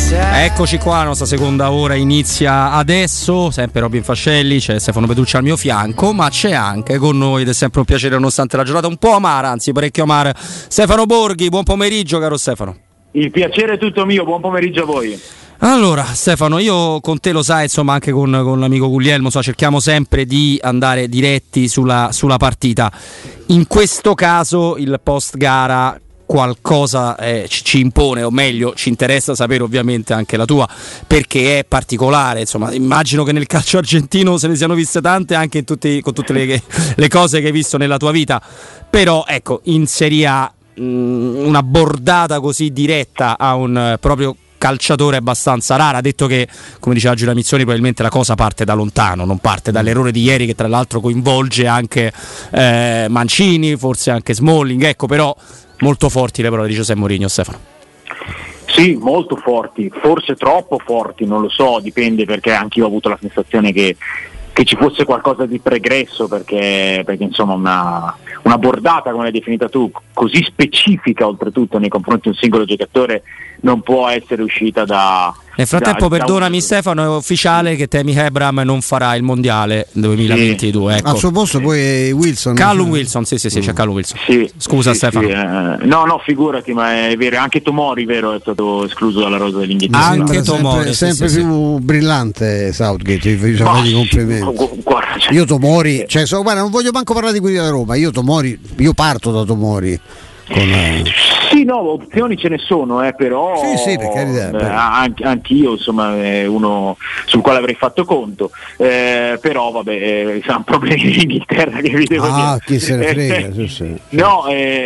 Eccoci qua, la nostra seconda ora inizia adesso, sempre Robin Fascelli, c'è Stefano Petrucci al mio fianco, ma c'è anche con noi, ed è sempre un piacere nonostante la giornata un po' amara, anzi parecchio amara, Stefano Borghi. Buon pomeriggio caro Stefano. Il piacere è tutto mio, buon pomeriggio a voi. Allora Stefano, io con te lo sai, insomma anche con l'amico Guglielmo, cerchiamo sempre di andare diretti sulla partita. In questo caso il post gara qualcosa ci impone, o meglio ci interessa sapere ovviamente anche la tua, perché è particolare, insomma immagino che nel calcio argentino se ne siano viste tante anche con tutte le cose che hai visto nella tua vita, però ecco, in Serie A una bordata così diretta a un proprio calciatore abbastanza rara, detto che, come diceva Giulia Mizzoni, probabilmente la cosa parte da lontano, non parte dall'errore di ieri che tra l'altro coinvolge anche Mancini, forse anche Smalling, ecco, però molto forti le parole di José Mourinho, Stefano. Sì, molto forti, forse troppo forti, non lo so, dipende, perché anche io ho avuto la sensazione che ci fosse qualcosa di pregresso, perché insomma una bordata, come l'hai definita tu, così specifica oltretutto nei confronti di un singolo giocatore non può essere uscita da... Nel frattempo, perdonami Stefano, è ufficiale che Tammy Abraham non farà il mondiale 2022. Sì. Ecco. Al suo posto poi Wilson. Callum Wilson, sì, c'è Callum Wilson. Sì, scusa sì, Stefano. Sì, no, figurati, ma è vero, anche Tomori, vero, è stato escluso dalla rosa dell'Inghilterra. Anche Tomori, sempre più brillante Southgate, vi faccio i complimenti. Guarda, io Tomori, guarda, non voglio manco parlare di quelli della Roma, io parto da Tomori. Sì, no, opzioni ce ne sono, però sì, per carità, anch'io insomma è uno sul quale avrei fatto conto, però vabbè, sono problemi in Inghilterra che vi devo dire. Chi se ne frega. Sì. No,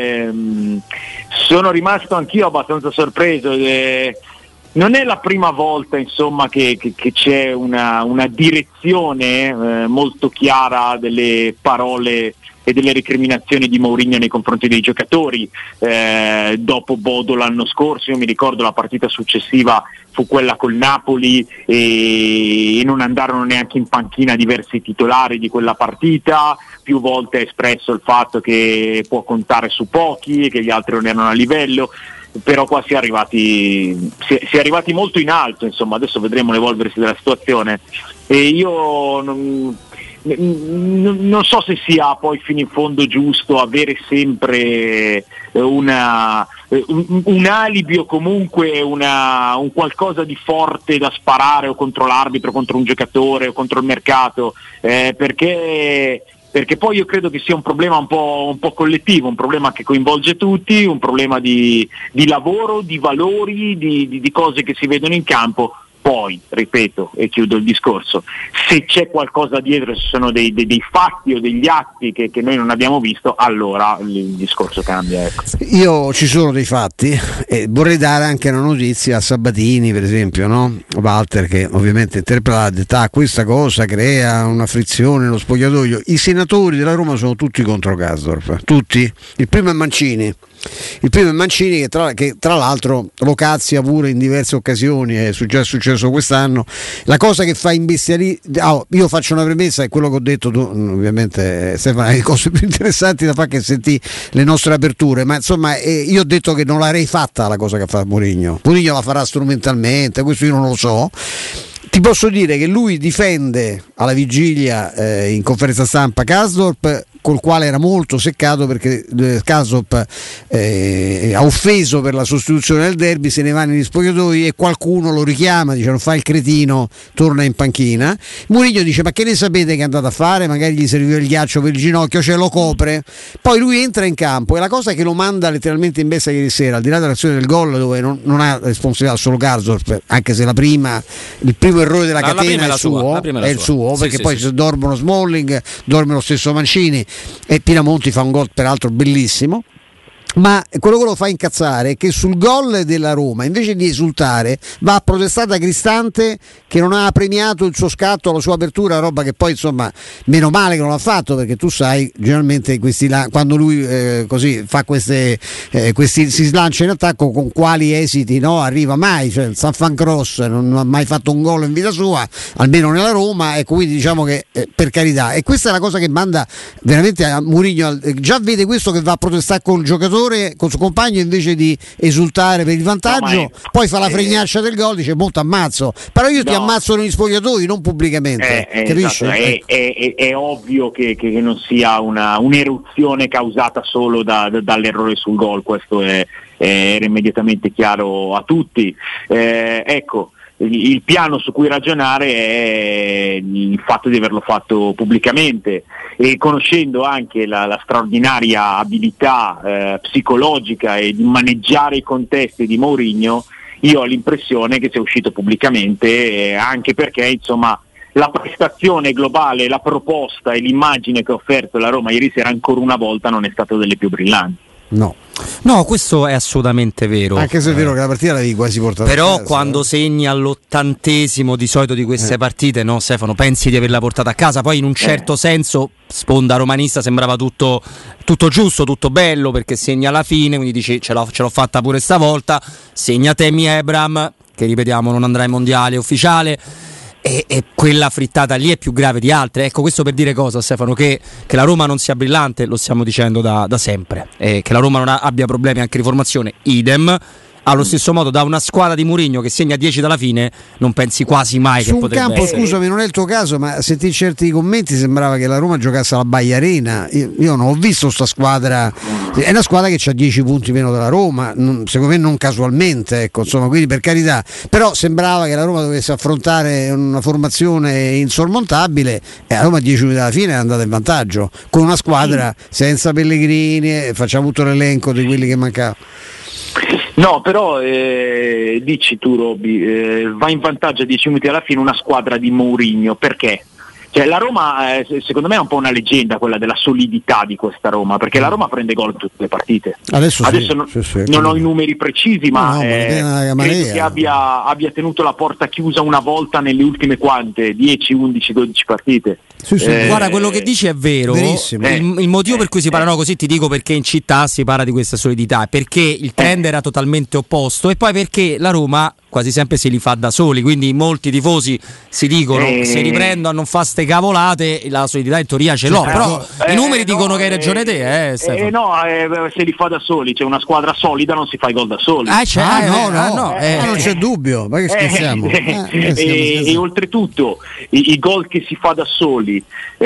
sono rimasto anch'io abbastanza sorpreso. Non è la prima volta insomma che c'è una direzione molto chiara delle parole e delle recriminazioni di Mourinho nei confronti dei giocatori. Dopo Bodo l'anno scorso, io mi ricordo la partita successiva fu quella col Napoli e non andarono neanche in panchina diversi titolari di quella partita, più volte ha espresso il fatto che può contare su pochi e che gli altri non erano a livello, però qua si è arrivati molto in alto, insomma adesso vedremo l'evolversi della situazione e io non so se sia poi fino in fondo giusto avere sempre un alibi o comunque un qualcosa di forte da sparare o contro l'arbitro, contro un giocatore o contro il mercato, perché poi io credo che sia un problema un po' collettivo, un problema che coinvolge tutti, un problema di lavoro, di valori, di cose che si vedono in campo. Poi, ripeto e chiudo il discorso, se c'è qualcosa dietro, se sono dei fatti o degli atti che noi non abbiamo visto, allora il discorso cambia. Ecco. Io ci sono dei fatti e vorrei dare anche una notizia a Sabatini, per esempio, no? Walter, che ovviamente interpreta, ha detto questa cosa crea una frizione nello spogliatoio. I senatori della Roma sono tutti contro Karsdorp, tutti. Il primo è Mancini che tra l'altro lo cazzia pure in diverse occasioni, è già successo quest'anno. La cosa che fa imbestialire, io faccio una premessa, è quello che ho detto tu, ovviamente Stefano, hai cose più interessanti da fare che sentì le nostre aperture, ma insomma io ho detto che non l'avrei fatta la cosa che fa Mourinho la farà strumentalmente, questo io non lo so. Ti posso dire che lui difende alla vigilia in conferenza stampa Karsdorp, col quale era molto seccato perché Karsdorp ha offeso per la sostituzione del derby, se ne va negli spogliatoi e qualcuno lo richiama, dice non fa il cretino, torna in panchina. Mourinho dice ma che ne sapete che è andato a fare, magari gli serviva il ghiaccio per il ginocchio, lo copre, poi lui entra in campo e la cosa che lo manda letteralmente in bestia ieri sera, al di là dell'azione del gol dove non ha responsabilità solo Karsdorp, anche se il primo errore della catena è il suo, perché poi se dormono Smalling, dorme lo stesso Mancini e Pinamonti fa un gol peraltro bellissimo. Ma quello che lo fa incazzare è che sul gol della Roma, invece di esultare, va a protestare da Cristante che non ha premiato il suo scatto, la sua apertura, roba che poi insomma meno male che non l'ha fatto, perché tu sai generalmente quando lui così fa questi si slancia in attacco con quali esiti, no? Arriva mai, cioè il San Fancross non ha mai fatto un gol in vita sua, almeno nella Roma, e quindi diciamo che per carità, e questa è la cosa che manda veramente a Mourinho, già vede questo che va a protestare col giocatore giocatore, col suo compagno, invece di esultare per il vantaggio, poi fa la fregnaccia del gol, dice molto ammazzo, però io ti ammazzo negli spogliatoi, non pubblicamente, capisci? Esatto. È ovvio che non sia un'eruzione causata solo dall'errore sul gol, questo era immediatamente chiaro a tutti. Ecco, il piano su cui ragionare è il fatto di averlo fatto pubblicamente, e conoscendo anche la straordinaria abilità psicologica e di maneggiare i contesti di Mourinho, io ho l'impressione che sia uscito pubblicamente, anche perché insomma la prestazione globale, la proposta e l'immagine che ha offerto la Roma ieri sera ancora una volta non è stata delle più brillanti. No, questo è assolutamente vero. Anche se è vero che la partita l'avevi quasi portata però a casa, quando segni all'80° di solito di queste partite, no Stefano, pensi di averla portata a casa. Poi in un certo senso, sponda romanista, sembrava tutto giusto, tutto bello, perché segna alla fine, quindi dici ce l'ho fatta pure stavolta. Segna Tammy Abraham, che ripetiamo non andrà ai mondiali, ufficiale. E quella frittata lì è più grave di altre. Ecco, questo per dire cosa, Stefano, che la Roma non sia brillante lo stiamo dicendo da sempre, che la Roma non abbia problemi anche di formazione, idem. Allo stesso modo, da una squadra di Mourinho che segna 10 dalla fine non pensi quasi mai su che potrebbe un campo essere. Scusami, non è il tuo caso, ma senti certi commenti sembrava che la Roma giocasse alla Baia Arena. Io non ho visto sta squadra, è una squadra che ha 10 punti meno della Roma, secondo me non casualmente, ecco, insomma, quindi per carità, però sembrava che la Roma dovesse affrontare una formazione insormontabile, e la Roma a 10 minuti dalla fine è andata in vantaggio con una squadra senza Pellegrini, facciamo tutto l'elenco di quelli che mancavano. No, però dici tu, Robby, va in vantaggio a 10 minuti alla fine una squadra di Mourinho, perché? Cioè, la Roma secondo me è un po' una leggenda quella della solidità di questa Roma, perché la Roma prende gol in tutte le partite. Adesso non ho i numeri precisi, ma credo che abbia tenuto la porta chiusa una volta nelle ultime 10, 11, 12 partite. Guarda, quello che dici è vero. Il motivo per cui si parlano così, ti dico perché in città si parla di questa solidità, perché il trend era totalmente opposto, e poi perché la Roma quasi sempre se li fa da soli, quindi molti tifosi si dicono se riprendono a non fa ste cavolate, la solidità in teoria ce l'ho, però i numeri dicono che hai ragione te, se li fa da soli, c'è una squadra solida, non si fa i gol da soli. Non c'è dubbio, ma che scherziamo? E oltretutto i gol che si fa da soli,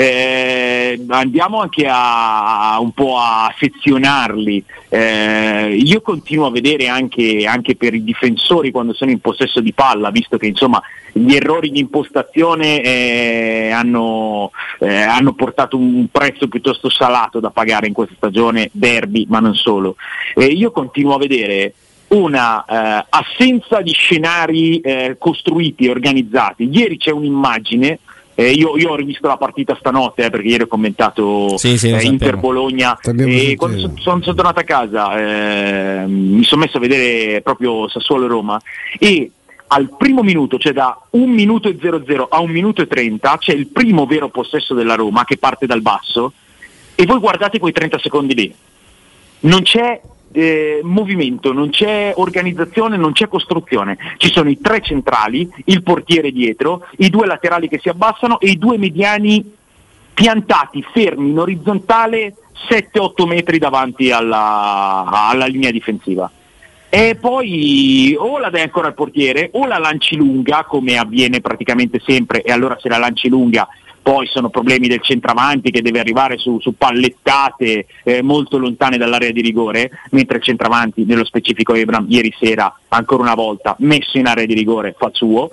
andiamo anche a un po' a sezionarli. Io continuo a vedere anche per i difensori quando sono in possesso di palla, visto che insomma gli errori di impostazione hanno portato un prezzo piuttosto salato da pagare in questa stagione, derby ma non solo. Io continuo a vedere una assenza di scenari costruiti e organizzati. Ieri c'è un'immagine, io ho rivisto la partita stanotte, perché ieri ho commentato Inter-Bologna, e quando sono tornato a casa mi sono messo a vedere proprio Sassuolo-Roma, e al primo minuto, cioè da 1 minuto e 00 a 1 minuto e 30, c'è il primo vero possesso della Roma che parte dal basso, e voi guardate quei 30 secondi lì, non c'è movimento, non c'è organizzazione, non c'è costruzione, ci sono i 3 centrali, il portiere dietro, i 2 laterali che si abbassano e i 2 mediani piantati fermi in orizzontale 7-8 metri davanti alla linea difensiva. E poi o la dai ancora al portiere o la lanci lunga, come avviene praticamente sempre, e allora se la lanci lunga poi sono problemi del centravanti che deve arrivare su pallettate molto lontane dall'area di rigore, mentre il centravanti, nello specifico Abraham, ieri sera ancora una volta messo in area di rigore, fa suo,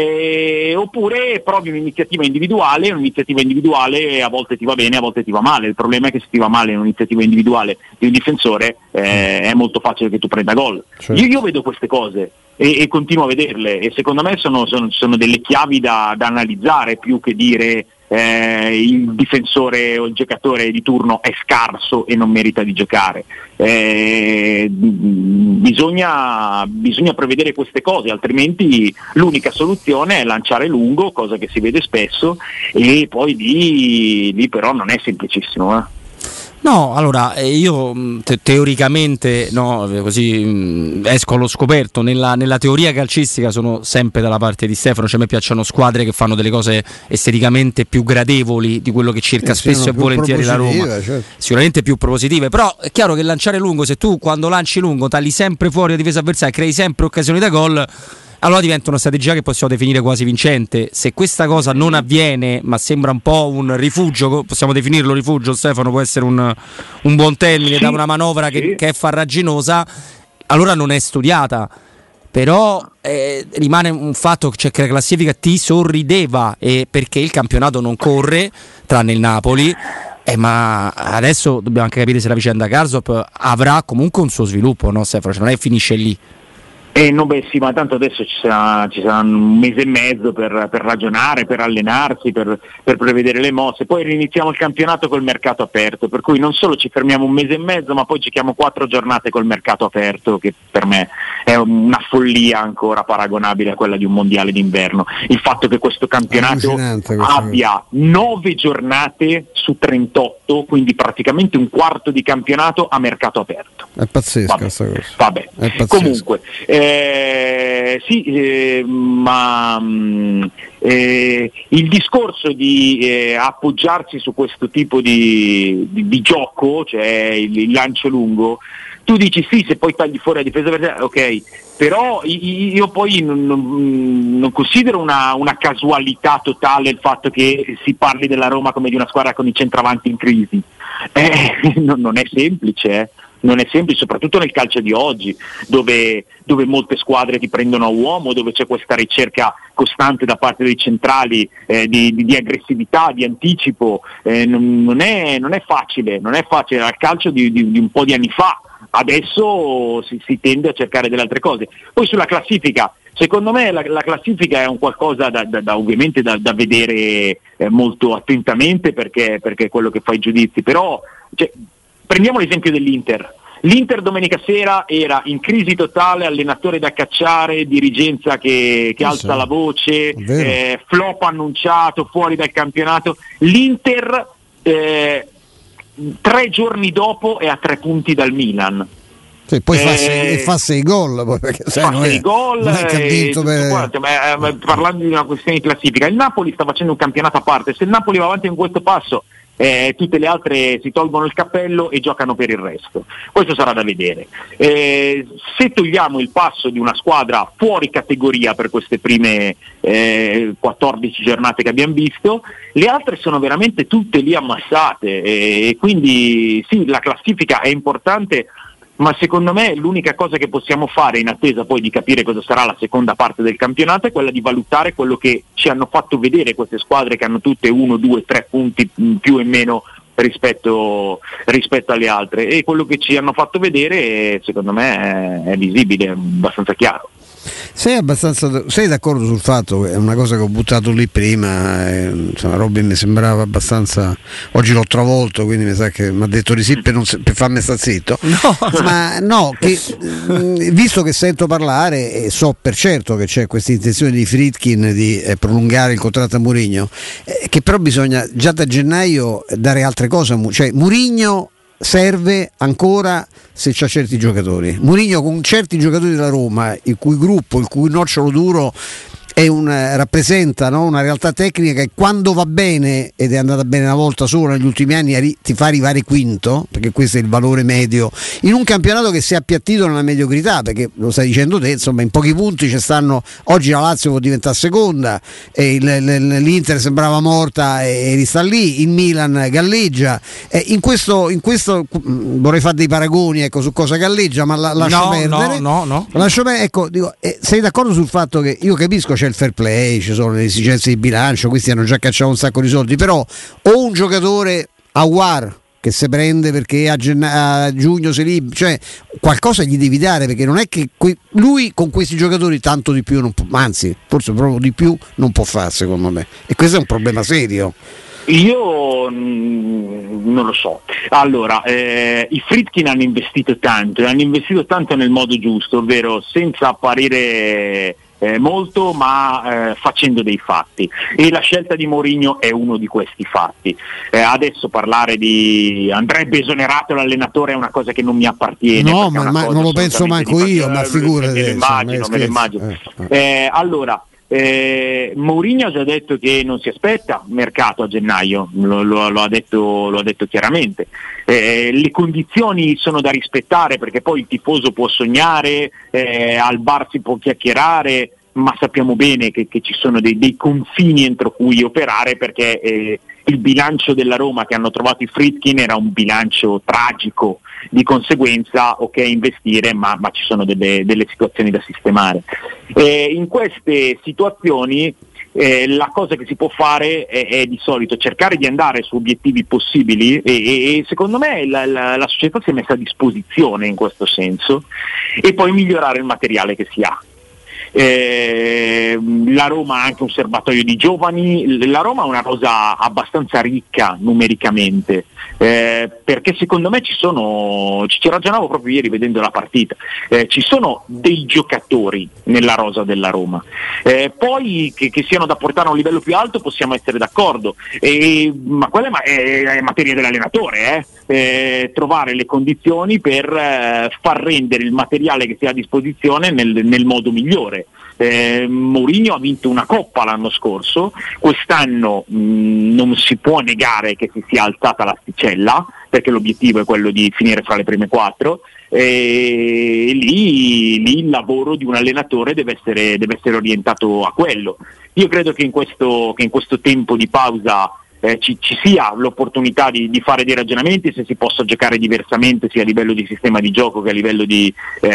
oppure provi un'iniziativa individuale a volte ti va bene, a volte ti va male. Il problema è che se ti va male un'iniziativa individuale di un difensore è molto facile che tu prenda gol. Io vedo queste cose e continuo a vederle, e secondo me sono delle chiavi da analizzare, più che dire il difensore o il giocatore di turno è scarso e non merita di giocare. Bisogna prevedere queste cose, altrimenti l'unica soluzione è lanciare lungo, cosa che si vede spesso, e poi lì però non è semplicissimo. No, allora io teoricamente no, così esco allo scoperto. Nella teoria calcistica sono sempre dalla parte di Stefano, cioè a me piacciono squadre che fanno delle cose esteticamente più gradevoli di quello che cerca spesso e volentieri la Roma, certo. Sicuramente più propositive, però è chiaro che lanciare lungo, se tu quando lanci lungo tagli sempre fuori la difesa avversaria, crei sempre occasioni da gol, allora diventa una strategia che possiamo definire quasi vincente. Se questa cosa non avviene, ma sembra un po' un rifugio, possiamo definirlo rifugio, Stefano, può essere un buon termine, da una manovra che è farraginosa, allora non è studiata. Però rimane un fatto, cioè, che la classifica ti sorrideva, perché il campionato non corre, tranne il Napoli. Ma adesso dobbiamo anche capire se la vicenda Karsdorp avrà comunque un suo sviluppo, no, Stefano? Cioè, non è che finisce lì. No, beh sì, ma tanto adesso ci sarà un mese e mezzo per ragionare, per allenarsi, per prevedere le mosse. Poi riniziamo il campionato col mercato aperto, per cui non solo ci fermiamo un mese e mezzo, ma poi giochiamo 4 giornate col mercato aperto, che per me è una follia ancora paragonabile a quella di un mondiale d'inverno. Il fatto che questo campionato abbia 9 giornate su 38, quindi praticamente un quarto di campionato a mercato aperto. È pazzesco questa cosa. Vabbè. È pazzesco. Comunque ma il discorso di appoggiarsi su questo tipo di gioco, cioè il lancio lungo, tu dici sì, se poi tagli fuori la difesa avversaria, ok, però io poi non considero una casualità totale il fatto che si parli della Roma come di una squadra con i centravanti in crisi. Non è semplice, non è semplice, soprattutto nel calcio di oggi, dove molte squadre ti prendono a uomo, dove c'è questa ricerca costante da parte dei centrali di aggressività, di anticipo. Non è facile al calcio di un po' di anni fa. Adesso si tende a cercare delle altre cose. Poi sulla classifica, secondo me la classifica è un qualcosa ovviamente da vedere molto attentamente, perché è quello che fa i giudizi, però prendiamo l'esempio dell'Inter. L'Inter domenica sera era in crisi totale, allenatore da cacciare, dirigenza che alza la voce, flop annunciato, fuori dal campionato. L'Inter 3 giorni dopo è a 3 punti dal Milan. Sì, poi fa 6 gol, poi, perché fa 6 gol, parlando di una questione di classifica. Il Napoli sta facendo un campionato a parte. Se il Napoli va avanti con questo passo, tutte le altre si tolgono il cappello e giocano per il resto. Questo sarà da vedere. Se togliamo il passo di una squadra fuori categoria per queste prime 14 giornate che abbiamo visto, le altre sono veramente tutte lì ammassate, e quindi sì, la classifica è importante, ma secondo me l'unica cosa che possiamo fare, in attesa poi di capire cosa sarà la seconda parte del campionato, è quella di valutare quello che ci hanno fatto vedere queste squadre che hanno tutte 1, 2, 3 punti più e meno rispetto alle altre, e quello che ci hanno fatto vedere secondo me è visibile, è abbastanza chiaro. Sei d'accordo sul fatto che è una cosa che ho buttato lì prima, insomma, Robin mi sembrava abbastanza, oggi l'ho travolto, quindi mi sa che mi ha detto di sì per farmi sta zitto, ma no, che visto che sento parlare e so per certo che c'è questa intenzione di Friedkin di prolungare il contratto a Mourinho, che però bisogna già da gennaio dare altre cose, cioè Mourinho serve ancora se c'ha certi giocatori. Mourinho con certi giocatori della Roma, il cui gruppo, il cui nocciolo duro rappresenta, no, una realtà tecnica che quando va bene, ed è andata bene una volta sola negli ultimi anni, ti fa arrivare quinto, perché questo è il valore medio in un campionato che si è appiattito nella mediocrità, perché lo stai dicendo te, insomma, in pochi punti ci stanno. Oggi la Lazio può diventare seconda, e l'Inter sembrava morta e rista lì, il Milan galleggia, in questo vorrei fare dei paragoni, ecco, su cosa galleggia, ma lascio perdere. Lascio perdere, ecco, dico, sei d'accordo sul fatto che io capisco c'è il fair play, ci sono le esigenze di bilancio, questi hanno già cacciato un sacco di soldi, però o un giocatore Aouar che se prende perché a giugno si libera, cioè qualcosa gli devi dare, perché non è che lui con questi giocatori tanto di più non può, anzi forse proprio di più non può fare, secondo me, e questo è un problema serio. Io non lo so. Allora, i Friedkin hanno investito tanto nel modo giusto, ovvero senza apparire molto, ma facendo dei fatti, e la scelta di Mourinho è uno di questi fatti. Adesso parlare di andrebbe esonerato l'allenatore è una cosa che non mi appartiene. No, ma non lo penso manco io, ma figurati. Me lo immagino. Allora, Mourinho ha già detto che non si aspetta mercato a gennaio, lo ha detto chiaramente. Le condizioni sono da rispettare, perché poi il tifoso può sognare, al bar si può chiacchierare, ma sappiamo bene che ci sono dei confini entro cui operare, perché il bilancio della Roma che hanno trovato i Friedkin era un bilancio tragico, di conseguenza ok investire, ma ci sono delle situazioni da sistemare. In queste situazioni la cosa che si può fare è di solito cercare di andare su obiettivi possibili, e secondo me la società si è messa a disposizione in questo senso, e poi migliorare il materiale che si ha. La Roma ha anche un serbatoio di giovani, la Roma ha una rosa abbastanza ricca numericamente, perché secondo me ci ragionavo proprio ieri vedendo la partita, ci sono dei giocatori nella rosa della Roma, poi che siano da portare a un livello più alto possiamo essere d'accordo, ma quella è materia dell'allenatore, trovare le condizioni per far rendere il materiale che si ha a disposizione nel modo migliore. Mourinho ha vinto una coppa l'anno scorso, quest'anno non si può negare che si sia alzata l'asticella, perché l'obiettivo è quello di finire fra le prime 4, e lì il lavoro di un allenatore deve essere orientato a quello. Io credo che in questo tempo di pausa ci sia l'opportunità di fare dei ragionamenti, se si possa giocare diversamente sia a livello di sistema di gioco che a livello di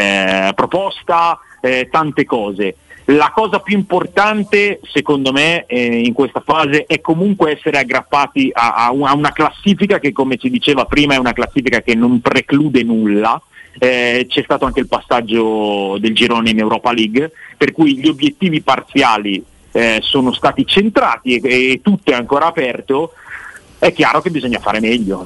proposta, tante cose. La cosa più importante secondo me in questa fase è comunque essere aggrappati a una classifica che, come si diceva prima, è una classifica che non preclude nulla. C'è stato anche il passaggio del girone in Europa League, per cui gli obiettivi parziali sono stati centrati e tutto è ancora aperto. È chiaro che bisogna fare meglio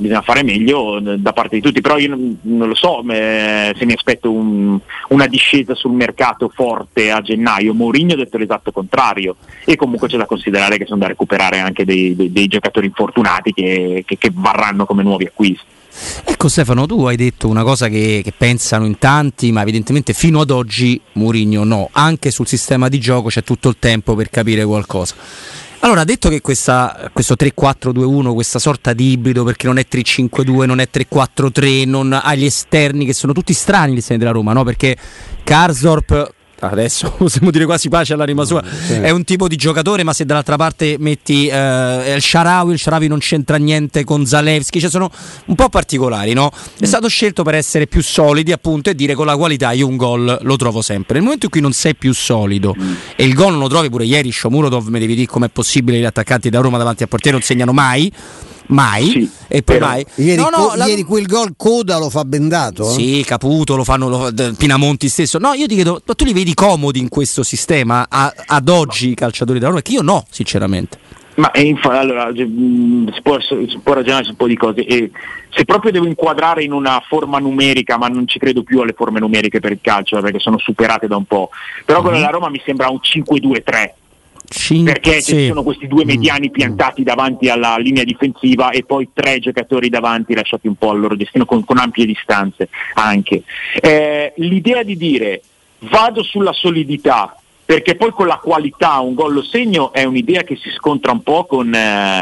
da parte di tutti, però io non lo so se mi aspetto una discesa sul mercato forte a gennaio. Mourinho ha detto l'esatto contrario, e comunque c'è da considerare che sono da recuperare anche dei giocatori infortunati che varranno come nuovi acquisti. Ecco Stefano, tu hai detto una cosa che pensano in tanti, ma evidentemente fino ad oggi Mourinho no, anche sul sistema di gioco c'è tutto il tempo per capire qualcosa. Allora, detto che questo 3-4-2-1, questa sorta di ibrido, perché non è 3-5-2, non è 3-4-3, non ha gli esterni che sono tutti strani, gli esterni della Roma, no? Perché Karsdorp, adesso possiamo dire quasi pace all'anima sua, sì, è un tipo di giocatore, ma se dall'altra parte metti il Shaarawy non c'entra niente con Zalewski, cioè sono un po' particolari, no? È stato scelto per essere più solidi, appunto, e dire con la qualità io un gol lo trovo sempre. Nel momento in cui non sei più solido e il gol non lo trovi, pure ieri Shomurodov, mi devi dire com'è possibile che gli attaccanti da Roma davanti al portiere non segnano mai, sì, e poi mai. Ieri quel gol Coda lo fa bendato? Sì, Caputo lo fanno, Pinamonti stesso. No, io ti chiedo, tu li vedi comodi in questo sistema ad oggi i calciatori della Roma? Che io no, sinceramente. Ma allora si può ragionare su un po' di cose, e se proprio devo inquadrare in una forma numerica, ma non ci credo più alle forme numeriche per il calcio, perché sono superate da un po', però quella della Roma mi sembra un 5-2-3. Perché ci sono questi due mediani piantati davanti alla linea difensiva e poi 3 giocatori davanti lasciati un po' al loro destino con ampie distanze anche. L'idea di dire vado sulla solidità perché poi con la qualità un gol lo segno è un'idea che si scontra un po' con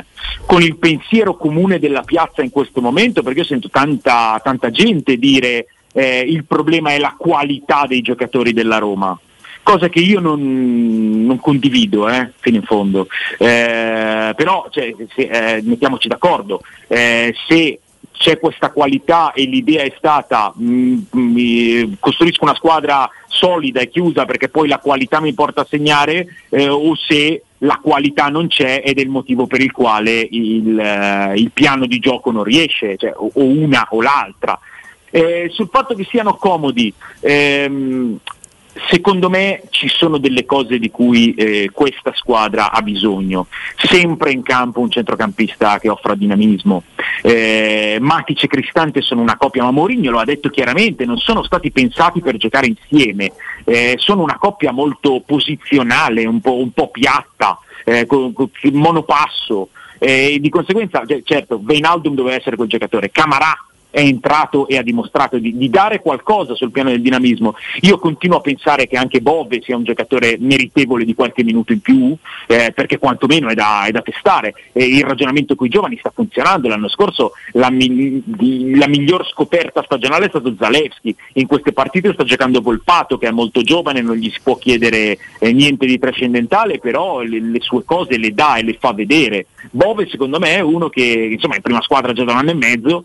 il pensiero comune della piazza in questo momento, perché io sento tanta gente dire il problema è la qualità dei giocatori della Roma, cosa che io non condivido fino in fondo, però mettiamoci d'accordo, se c'è questa qualità e l'idea è stata costruisco una squadra solida e chiusa perché poi la qualità mi porta a segnare, o se la qualità non c'è ed è il motivo per il quale il piano di gioco non riesce, cioè, o una o l'altra. Sul fatto che siano comodi, secondo me ci sono delle cose di cui questa squadra ha bisogno. Sempre in campo un centrocampista che offra dinamismo. Matic e Cristante sono una coppia, ma Mourinho lo ha detto chiaramente, non sono stati pensati per giocare insieme, sono una coppia molto posizionale, un po' piatta, con monopasso, di conseguenza certo Wijnaldum doveva essere quel giocatore, Camarà è entrato e ha dimostrato di dare qualcosa sul piano del dinamismo. Io continuo a pensare che anche Bove sia un giocatore meritevole di qualche minuto in più, perché quantomeno è da testare. Il ragionamento con i giovani sta funzionando. L'anno scorso la miglior scoperta stagionale è stato Zalewski, in queste partite sta giocando Volpato, che è molto giovane, non gli si può chiedere niente di trascendentale, però le sue cose le dà e le fa vedere. Bove secondo me è uno che insomma in prima squadra già da un anno e mezzo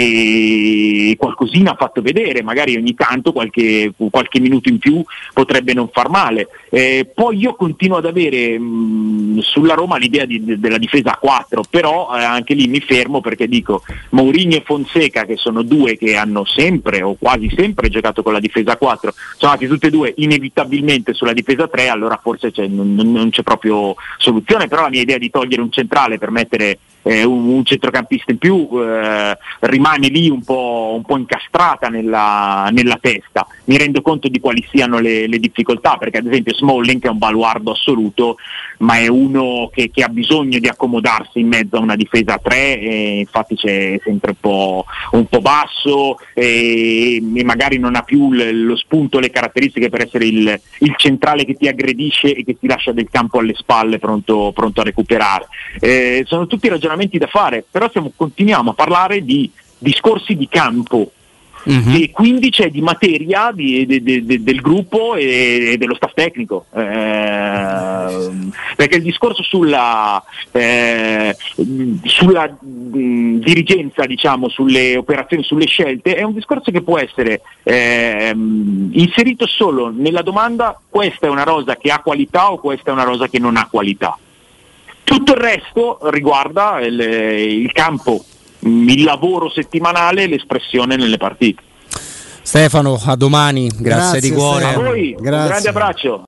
e qualcosina ha fatto vedere, magari ogni tanto qualche minuto in più potrebbe non far male. Poi io continuo ad avere sulla Roma l'idea della difesa a 4, però anche lì mi fermo, perché dico Mourinho e Fonseca, che sono due che hanno sempre o quasi sempre giocato con la difesa a 4, sono andati tutti e due inevitabilmente sulla difesa 3, allora forse non c'è proprio soluzione. Però la mia idea di togliere un centrale per mettere un centrocampista in più rimane lì un po' incastrata nella testa. Mi rendo conto di quali siano le difficoltà, perché ad esempio Smalling, che è un baluardo assoluto, ma è uno che ha bisogno di accomodarsi in mezzo a una difesa a 3, e infatti c'è sempre un po' basso, e magari non ha più lo spunto, le caratteristiche per essere il centrale che ti aggredisce e che ti lascia del campo alle spalle pronto a recuperare. Sono tutti ragionamenti da fare, però continuiamo a parlare di discorsi di campo. E quindi c'è di materia del gruppo e dello staff tecnico, perché il discorso sulla dirigenza, diciamo, sulle operazioni, sulle scelte, è un discorso che può essere inserito solo nella domanda: questa è una rosa che ha qualità o questa è una rosa che non ha qualità. Tutto il resto riguarda il campo, il lavoro settimanale e l'espressione nelle partite. Stefano, a domani, grazie di cuore. A voi, un grande abbraccio.